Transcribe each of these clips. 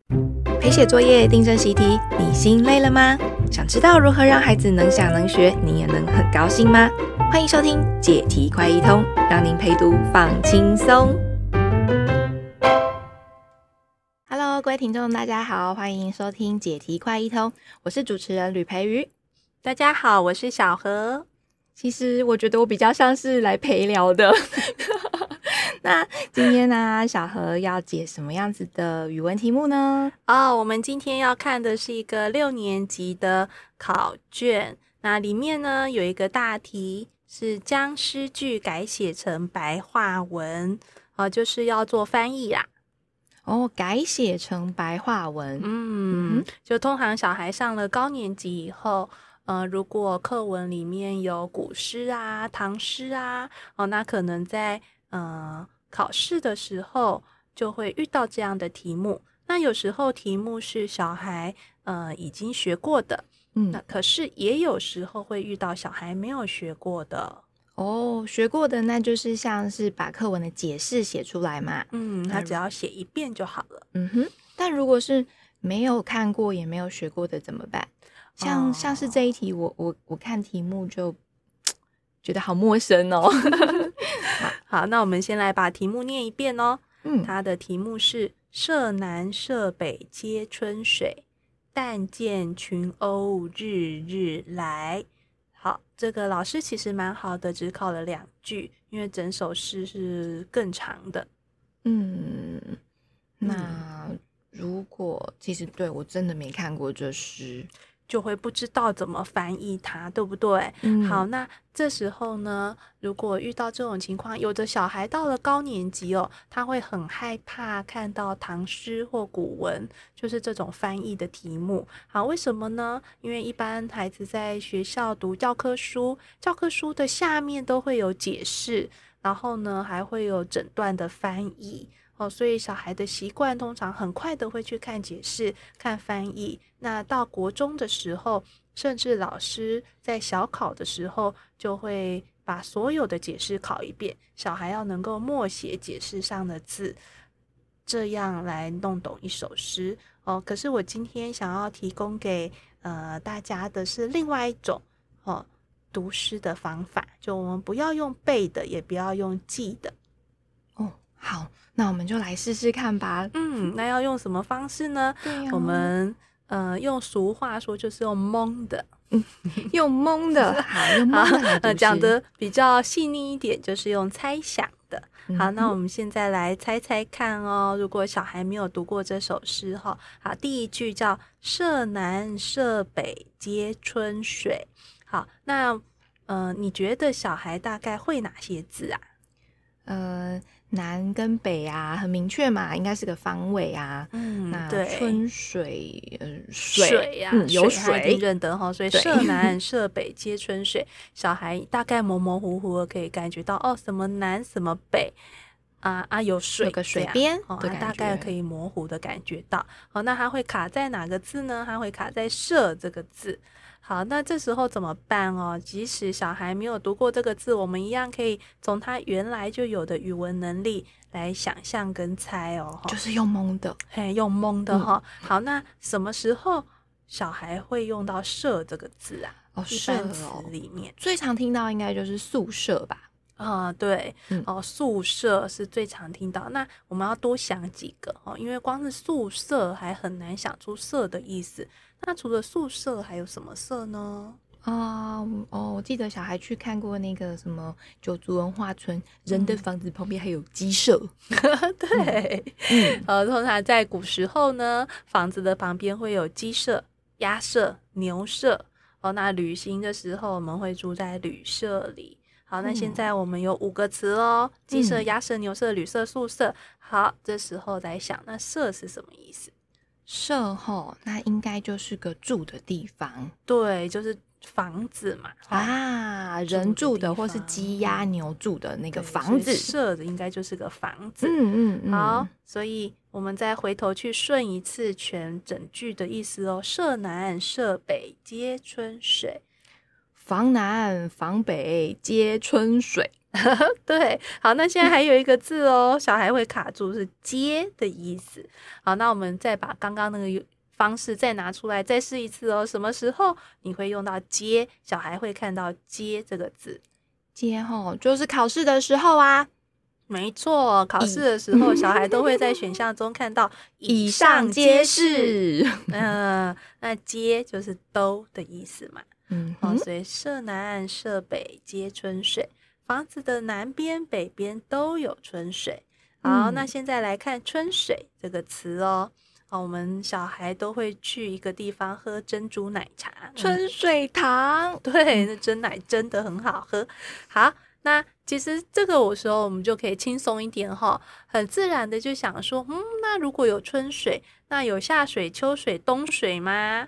陪写作业、订正习题，你心累了吗？想知道如何让孩子能想能学，你也能很高兴吗？欢迎收听解题快一通，让您陪读放轻松。Hello， 各位听众，大家好，欢迎收听解题快一通，我是主持人吕培瑜。 大家好，我是小何。 其实我觉得我比较像是来陪聊的。那今天呢，小何要解什么样子的语文题目呢？ 我们今天要看的是一个6年级的考卷，那里面呢有一个大题是将诗句改写成白话文，就是要做翻译啦。 改写成白话文。 就通常小孩上了高年级以后，如果课文里面有古诗啊、唐诗啊，那可能在考试的时候就会遇到这样的题目。那有时候题目是小孩已经学过的，那可是也有时候会遇到小孩没有学过的。 学过的那就是像是把课文的解释写出来嘛。 他只要写一遍就好了。 但如果是没有看过也没有学过的怎么办？像是这一题，我看题目就觉得好陌生哦。 好，那我们先来把题目念一遍哦。它的题目是舍南舍北皆春水，但见群鸥日日来。好，这个老师其实蛮好的，只考了2句，因为整首诗是更长的。 那如果其实对我真的没看过这诗， 就会不知道怎么翻译它，对不对？好，那这时候呢，如果遇到这种情况，有的小孩到了高年级他会很害怕看到唐诗或古文，就是这种翻译的题目。好，为什么呢？因为一般孩子在学校读教科书，教科书的下面都会有解释，然后呢还会有整段的翻译。所以小孩的习惯通常很快的会去看解释、看翻译。那到国中的时候，甚至老师在小考的时候就会把所有的解释考一遍，小孩要能够默写解释上的字，这样来弄懂一首诗。可是我今天想要提供给大家的是另外一种读诗的方法，就我们不要用背的，也不要用记的。 好，那我们就来试试看吧。 那要用什么方式呢？我们用俗话说就是用蒙的。 用蒙的。好，用蒙的来读诗。 讲的比较细腻一点，就是用猜想的。好，那我们现在来猜猜看哦。如果小孩没有读过这首诗好，第一句叫舍南舍北皆春水。好，那你觉得小孩大概会哪些字啊？ 南跟北啊，很明确嘛，应该是个方位啊。那对， 春水， 水啊， 有水认得哈，所以舍南舍北皆春水。小孩大概模模糊糊的可以感觉到什么南什么北有水， 有个水边大概可以模糊的感觉到。好，那它会卡在哪个字呢？它会卡在舍这个字。好，那这时候怎么办即使小孩没有读过这个字，我们一样可以从他原来就有的语文能力来想象跟猜就是用蒙的。 用蒙的好，那什么时候小孩会用到舍这个字啊？一般词里面最常听到应该就是宿舍吧。 对，宿舍是最常听到。那我们要多想几个因为光是宿舍还很难想出舍的意思。那除了宿舍还有什么舍呢？ 我记得小孩去看过那个什么九族文化村，人的房子旁边还有鸡舍。 对，通常在古时候呢，房子的旁边会有鸡舍、鸭舍、牛舍。那旅行的时候我们会住在旅社里。好，那现在我们有5个词鸡舍、鸭舍、牛舍、旅舍、宿舍。好，这时候在想，那舍是什么意思？ 舍那应该就是个住的地方。 对，就是房子嘛。 人住的或是鸡鸭牛住的那个房子。 舍的应该就是个房子。好，所以我们再回头去顺一次全整句的意思舍南舍北皆春水。 房南房北皆春水。 对，好，那现在还有一个字哦，小孩会卡住，是接的意思。好，那我们再把刚刚那个方式再拿出来，再试一次哦。什么时候你会用到接？小孩会看到接这个字。 接吼，就是考试的时候啊。 没错，考试的时候，小孩都会在选项中看到以上皆是。 那接就是都的意思嘛。所以舍南舍北皆春水，房子的南边北边都有春水。好，那现在来看春水这个词哦。我们小孩都会去一个地方喝珍珠奶茶， 春水堂。 对，那真奶真的很好喝。好，那其实这个时候我们就可以轻松一点哈，很自然的就想说，那如果有春水，那有夏水、秋水、冬水吗？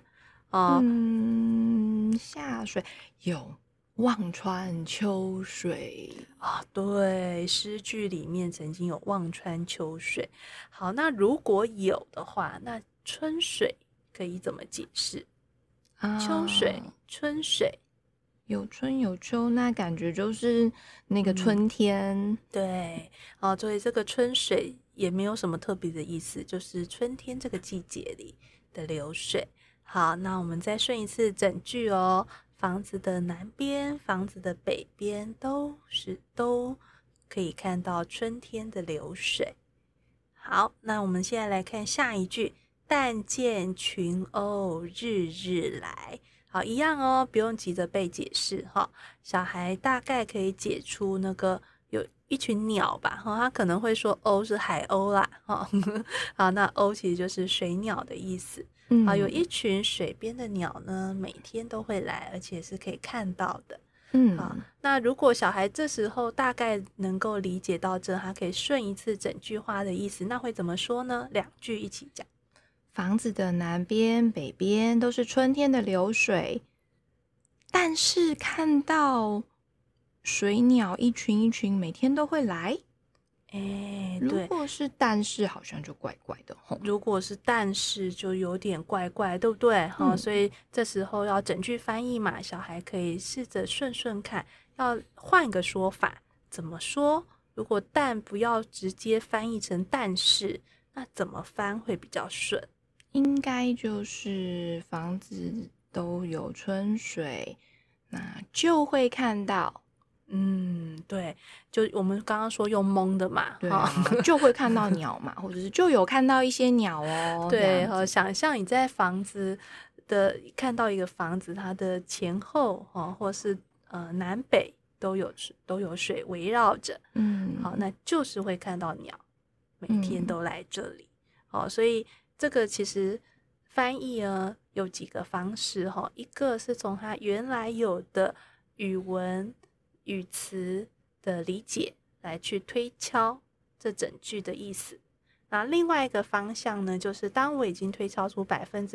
夏水有望穿秋水啊，对，诗句里面曾经有望穿秋水。好，那如果有的话，那春水可以怎么解释？秋水、春水。 有春有秋，那感觉就是那个春天。 对，所以这个春水也没有什么特别的意思，就是春天这个季节里的流水。好，那我们再顺一次整句哦。房子的南边、房子的北边都可以看到春天的流水。好，那我们现在来看下一句，但见群鸥日日来。好，一样哦，不用急着背解释哈。小孩大概可以解出那个有一群鸟吧，他可能会说鸥是海鸥啦，好，那鸥其实就是水鸟的意思。好，有一群水边的鸟呢，每天都会来，而且是可以看到的。好，那如果小孩这时候大概能够理解到这，他可以顺一次整句话的意思，那会怎么说呢？两句一起讲。 房子的南边、北边都是春天的流水，但是看到水鸟一群一群，每天都会来。 对， 如果是但是，好像就怪怪的吼。 如果是但是，就有点怪怪，对不对？所以这时候要整句翻译嘛，小孩可以试着顺看，要换个说法，怎么说？如果但不要直接翻译成但是，那怎么翻会比较顺？ 应该就是房子都有春水，那就会看到。 对，就我们刚刚说用蒙的嘛， 对就会看到鸟嘛，或者是就有看到一些鸟哦。 对，想象你在房子的看到一个房子，它的前后或是南北都有水围绕着，好，那就是会看到鸟，每天都来这里。所以这个其实翻译呢有几个方式一个是从它原来有的语文语词的理解来去推敲这整句的意思。那另外一个方向呢，就是当我已经推敲出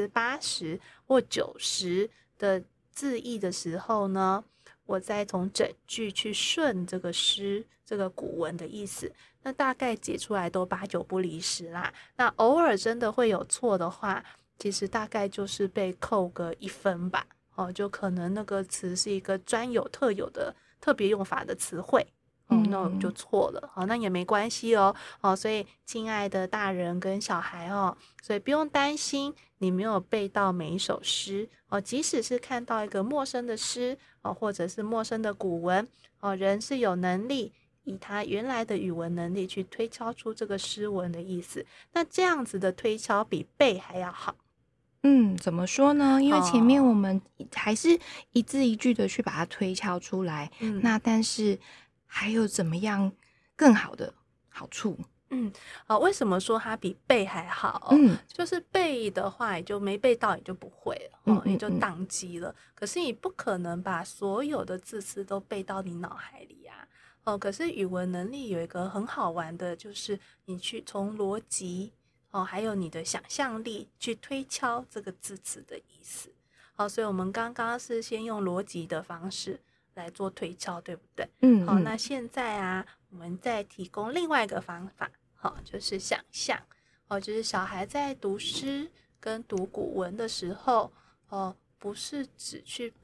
80%或90%的字义的时候呢，我再从整句去顺这个诗这个古文的意思，那大概解出来都8、9不离10啦。那偶尔真的会有错的话，其实大概就是被扣个1分吧。就可能那个词是一个专有特有的特别用法的词汇，那我们就错了，那也没关系哦，所以亲爱的大人跟小孩所以不用担心你没有背到每一首诗即使是看到一个陌生的诗或者是陌生的古文人是有能力以他原来的语文能力去推敲出这个诗文的意思，那这样子的推敲比背还要好。 怎么说呢？因为前面我们还是一字一句的去把它推敲出来，那但是还有怎么样更好的好处？ 为什么说它比背还好？就是背的话，也就没背到，也就不会了，也就宕机了。可是你不可能把所有的字词都背到你脑海里啊，可是语文能力有一个很好玩的，就是你去从逻辑。还有你的想象力去推敲这个字词的意思。所以我们刚刚是先用逻辑的方式来做推敲，对不对？那现在我们再提供另外一个方法，就是想象，就是小孩在读诗跟读古文的时候，不是只去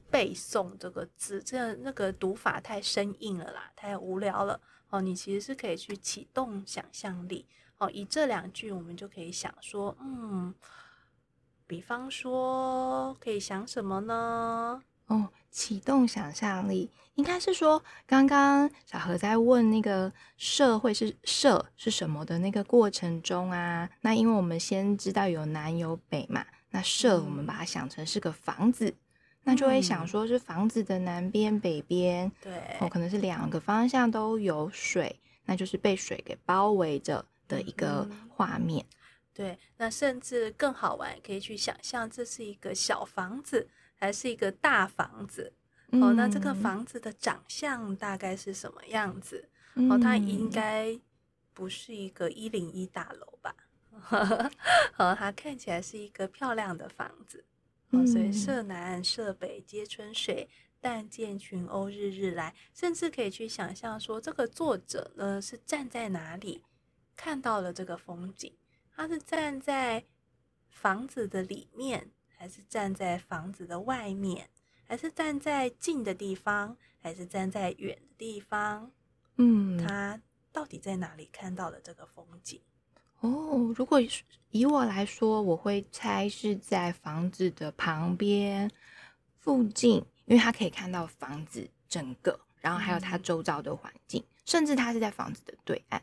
背诵这个字，这样那个读法太生硬了啦，太无聊了哦。你其实是可以去启动想象力哦。以这2句，我们就可以想说，比方说可以想什么呢？ 启动想象力，应该是说刚刚小何在问那个社会是什么的那个过程中啊，那因为我们先知道有南有北嘛，那社我们把它想成是个房子，那就会想说是房子的南边北边， 对， 可能是2个方向都有水，那就是被水给包围着的一个画面。 对，那甚至更好玩，可以去想象这是一个小房子还是一个大房子。那这个房子的长相大概是什么样子？它应该不是一个101大楼吧？它看起来是一个漂亮的房子。所以舍南舍北皆春水，但见群鸥日日来。甚至可以去想象说，这个作者呢是站在哪里看到了这个风景？他是站在房子的里面，还是站在房子的外面，还是站在近的地方，还是站在远的地方？他到底在哪里看到了这个风景？ 如果以我来说，我会猜是在房子的旁边附近，因为他可以看到房子整个，然后还有他周遭的环境，甚至他是在房子的对岸。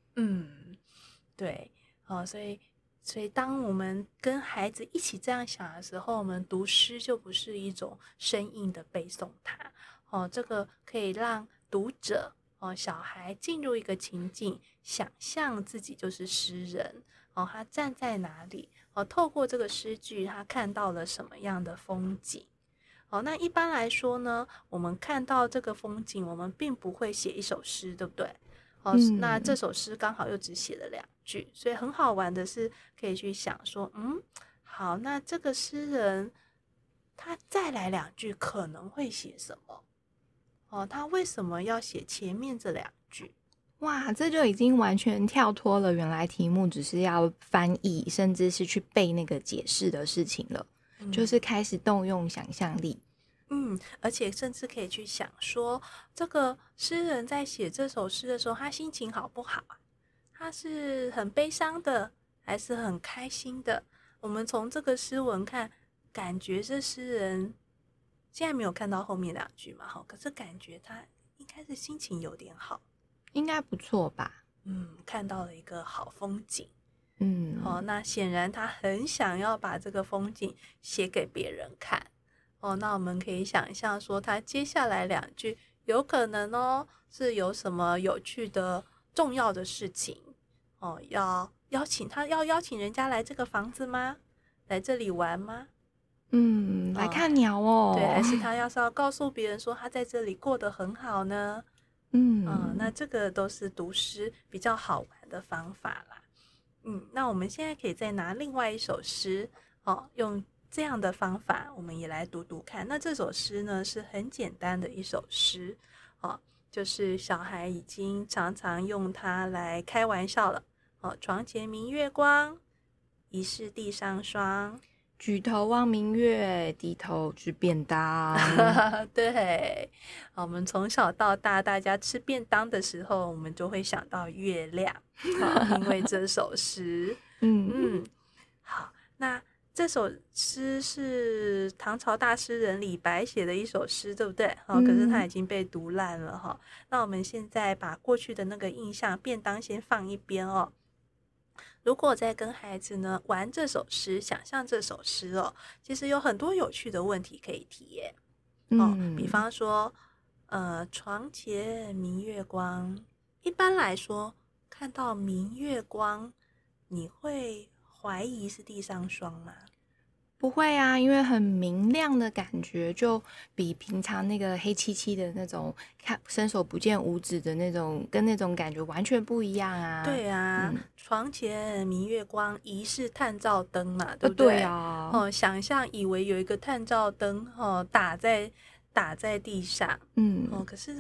对。所以当我们跟孩子一起这样想的时候，我们读诗就不是一种生硬的背诵它。这个可以让读者小孩进入一个情境，想象自己就是诗人。他站在哪里？透过这个诗句，他看到了什么样的风景？那一般来说呢，我们看到这个风景，我们并不会写一首诗，对不对？那这首诗刚好又只写了2句，所以很好玩的是可以去想说，好，那这个诗人他再来2句可能会写什么？他为什么要写前面这2句？ 哇，这就已经完全跳脱了原来题目只是要翻译，甚至是去背那个解释的事情了，就是开始动用想象力。 而且甚至可以去想说，这个诗人在写这首诗的时候，他心情好不好啊？他是很悲伤的，还是很开心的？我们从这个诗文看，感觉这诗人现在没有看到后面2句嘛，可是感觉他应该是心情有点好， 应该不错吧？ 看到了一个好风景。那显然他很想要把这个风景写给别人看。那我们可以想象说，他接下来2句有可能是有什么有趣的重要的事情要邀请人家来这个房子吗？来这里玩吗？ 来看鸟哦。 对，还是他要告诉别人说他在这里过得很好呢？那这个都是读诗比较好玩的方法啦。那我们现在可以再拿另外一首诗用这样的方法，我们也来读读看。那这首诗呢，是很简单的一首诗就是小孩已经常常用它来开玩笑了。床前明月光，疑是地上霜。 举头望明月，低头吃便当。 对，我们从小到大，大家吃便当的时候，我们就会想到月亮因为这首诗。好，那这首诗是唐朝大诗人李白写的一首诗，对不对？可是他已经被读烂了那我们现在把过去的那个印象便当先放一边如果在跟孩子呢玩这首诗，想象这首诗其实有很多有趣的问题可以提耶。比方说床前明月光，一般来说看到明月光，你会怀疑是地上霜吗？ 不会啊，因为很明亮的感觉，就比平常那个黑漆漆的那种伸手不见五指的那种，跟那种感觉完全不一样啊。 对啊，床前明月光，疑是探照灯嘛，对不对？ 对啊。 想象以为有一个探照灯打在地上。可是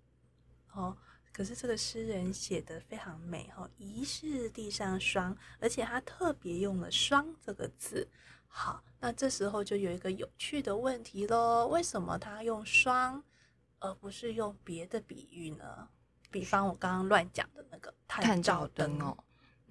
这个诗人写得非常美疑是地上霜，而且他特别用了霜这个字好，那这时候就有一个有趣的问题咯，为什么他用霜而不是用别的比喻呢？比方我刚刚乱讲的那个探照灯哦。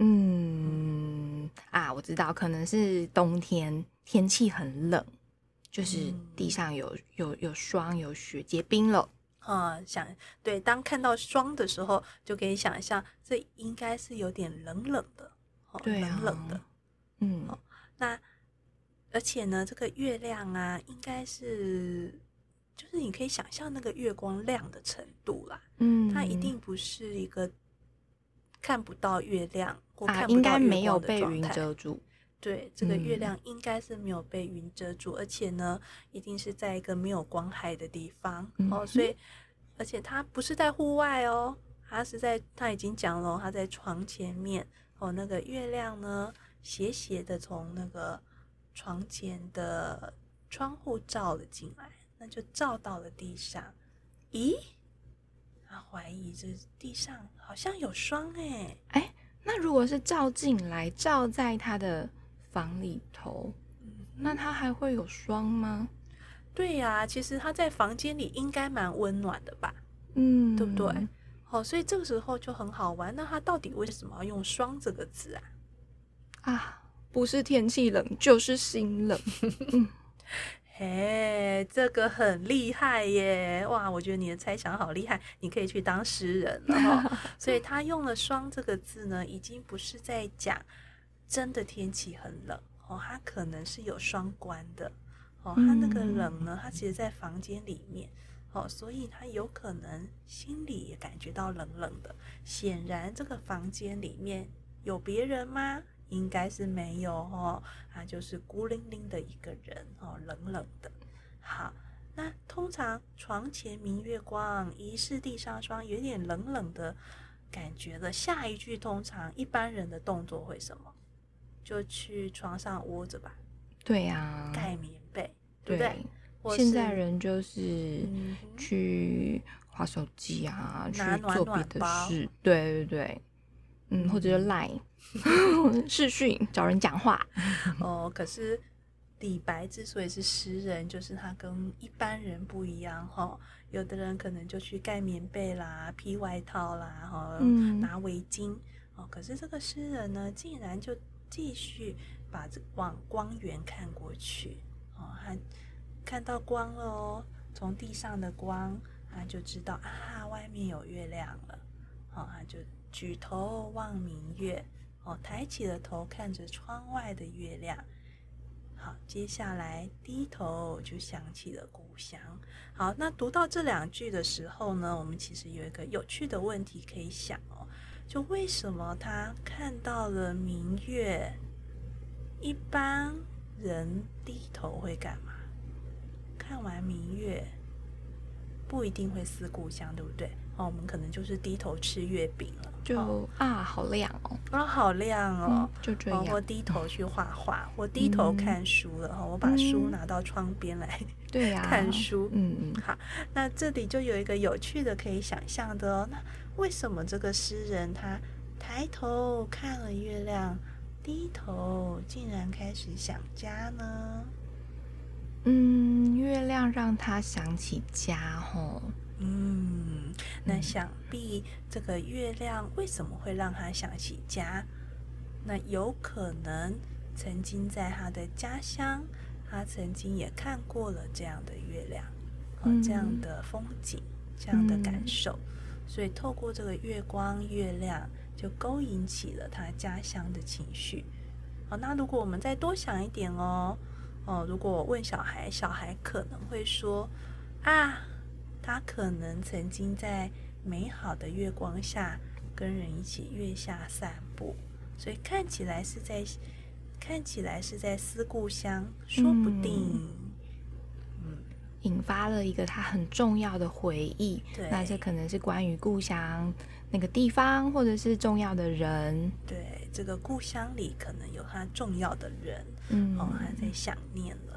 我知道，可能是冬天天气很冷，就是地上有霜有雪结冰了。 对，当看到霜的时候，就可以想象这应该是有点冷冷的， 对啊， 冷冷的。那而且呢，这个月亮啊，应该是就是你可以想象那个月光亮的程度啦。它一定不是一个看不到月亮或看不到月光的状态， 应该没有被云遮住。 对，这个月亮应该是没有被云遮住，而且呢，一定是在一个没有光害的地方。所以，而且它不是在户外哦，他已经讲了，他在床前面。那个月亮呢，斜斜的从那个床前的窗户照了进来，那就照到了地上。咦？他怀疑这地上好像有霜哎， 那如果是照进来，照在他的房里头，那他还会有霜吗？ 对呀，其实他在房间里应该蛮温暖的吧，对不对？所以这个时候就很好玩。那他到底为什么要用霜这个字啊？ 不是天气冷，就是心冷。 这个很厉害耶！哇，我觉得你的猜想好厉害，你可以去当诗人了所以他用了霜这个字呢，已经不是在讲真的天气很冷它可能是有双关的他那个冷呢，他其实在房间里面所以他有可能心里也感觉到冷冷的。显然这个房间里面有别人吗？应该是没有他就是孤零零的一个人冷冷的。好，那通常床前明月光，疑是地上霜，有点冷冷的感觉了。下一句通常一般人的动作会什么？就去床上窝着吧。 对啊， 盖棉被，对不对？ 现在人就是去滑手机啊，去做别的事。对对对。或者是 LINE 视讯找人讲话可是李白之所以是诗人，就是他跟一般人不一样有的人可能就去盖棉被啦，披外套啦拿围巾可是这个诗人呢，竟然就继续往光源看过去他看到光了从地上的光他就知道外面有月亮了他就举头望明月抬起了头看着窗外的月亮。好，接下来低头就想起了故乡。好，那读到这两句的时候呢，我们其实有一个有趣的问题可以想就为什么他看到了明月，一般人低头会干嘛？看完明月不一定会思故乡，对不对？我们可能就是低头吃月饼了， 就好亮好亮就这样。 或低头去画画，或低头看书了我把书拿到窗边来对啊看书。好，那这里就有一个有趣的可以想象的那为什么这个诗人他抬头看了月亮，低头竟然开始想家呢？ 月亮让他想起家那想必这个月亮为什么会让他想起家？那有可能曾经在他的家乡，他曾经也看过了这样的月亮这样的风景，这样的感受所以透过这个月光月亮就勾引起了他家乡的情绪那如果我们再多想一点如果我问小孩，小孩可能会说他可能曾经在美好的月光下跟人一起月下散步，所以看起来是在思故乡，说不定引发了一个他很重要的回忆。 对， 那这可能是关于故乡那个地方，或者是重要的人。 对，这个故乡里可能有他重要的人他在想念了。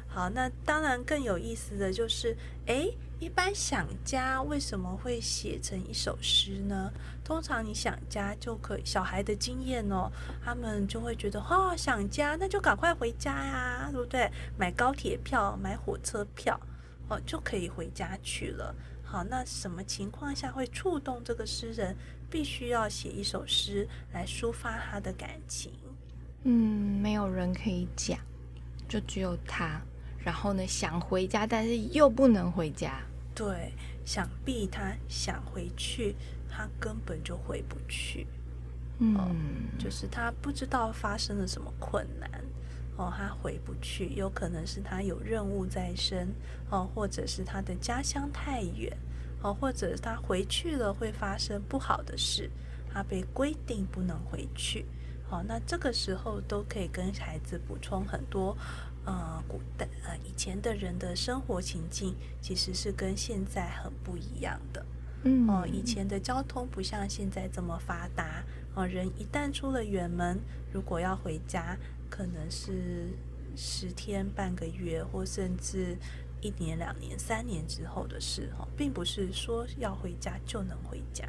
好，那当然更有意思的就是，一般想家为什么会写成一首诗呢？通常你想家就可以，小孩的经验哦，他们就会觉得想家，那就赶快回家呀，对不对？买高铁票，买火车票，就可以回家去了。好，那什么情况下会触动这个诗人必须要写一首诗来抒发他的感情？ 没有人可以讲，就只有他。然后呢，想回家，但是又不能回家。 对，想必他想回去，他根本就回不去。就是他不知道发生了什么困难，他回不去，有可能是他有任务在身，或者是他的家乡太远，或者他回去了会发生不好的事，他被规定不能回去。那这个时候都可以跟孩子补充很多古代以前的人的生活情境，其实是跟现在很不一样的。以前的交通不像现在这么发达，人一旦出了远门，如果要回家，可能是10天、半个月，或甚至1年、2年、3年之后的事，并不是说要回家就能回家。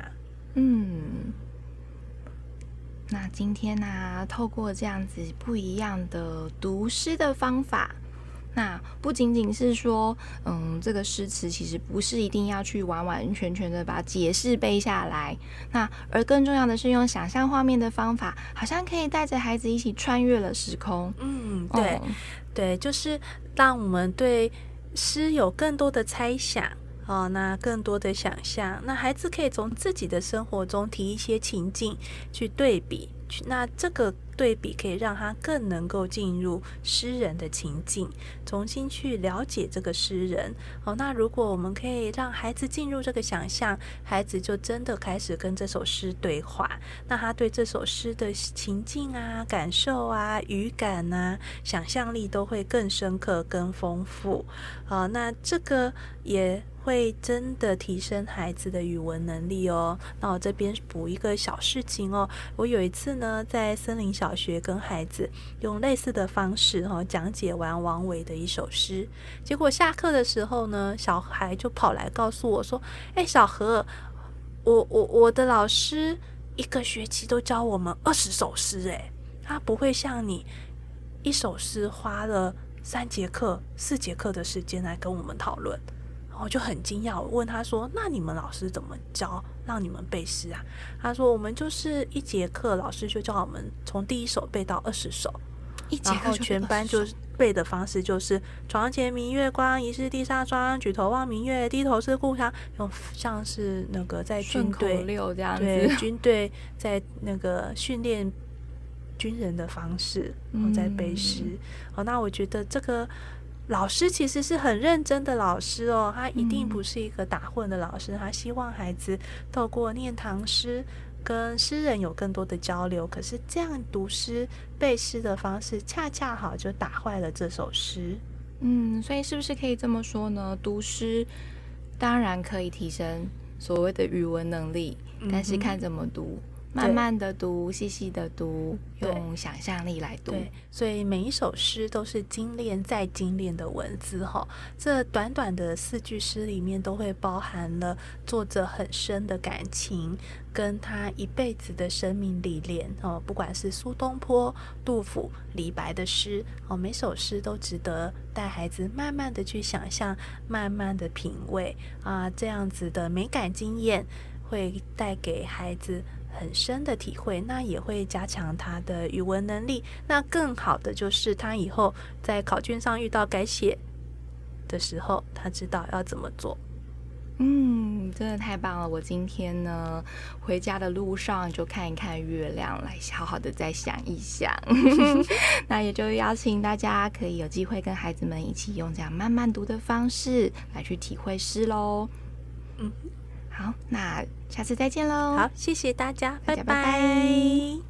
那今天呢，透过这样子不一样的读诗的方法，那不仅仅是说，这个诗词其实不是一定要去完完全全的把解释背下来，那而更重要的是用想象画面的方法，好像可以带着孩子一起穿越了时空。 对，对，就是让我们对诗有更多的猜想。那更多的想象，那孩子可以从自己的生活中提一些情境去对比，那这个对比可以让他更能够进入诗人的情境，重新去了解这个诗人。那如果我们可以让孩子进入这个想象，孩子就真的开始跟这首诗对话，那他对这首诗的情境啊、感受啊、语感啊、想象力都会更深刻、更丰富。那这个也会真的提升孩子的语文能力哦。那我这边补一个小事情哦，我有一次呢，在森林小学跟孩子用类似的方式讲解完王维的一首诗，结果下课的时候呢，小孩就跑来告诉我说：“小何，我的老师1个学期都教我们20首诗，他不会像你一首诗花了3节课、4节课的时间来跟我们讨论。”我就很惊讶，我问他说：“那你们老师怎么教让你们背诗啊？”他说：“我们就是1节课，老师就叫我们从第1首背到20首，1节课全班就背的方式就是床前明月光，疑是地上霜。举头望明月，低头思故乡。用像是那个在军队这样子， 对军队在那个训练军人的方式，在背诗。那我觉得这个。”老师其实是很认真的老师哦，他一定不是一个打混的老师，他希望孩子透过念唐诗跟诗人有更多的交流，可是这样读诗背诗的方式恰恰好就打坏了这首诗。 所以是不是可以这么说呢？读诗当然可以提升所谓的语文能力，但是看怎么读，慢慢的读，细细的读，用想象力来读。 对，所以每一首诗都是精炼再精炼的文字这短短的4句诗里面都会包含了作者很深的感情，跟他一辈子的生命历练不管是苏东坡、杜甫、李白的诗每首诗都值得带孩子慢慢的去想象，慢慢的品味这样子的美感经验会带给孩子很深的体会，那也会加强他的语文能力。那更好的就是他以后在考卷上遇到改写的时候，他知道要怎么做。 真的太棒了！我今天呢回家的路上就看一看月亮，来好好的再想一想。那也就邀请大家可以有机会跟孩子们一起用这样慢慢读的方式来去体会诗咯。好，那下次再见咯。 好，谢谢大家，拜拜拜。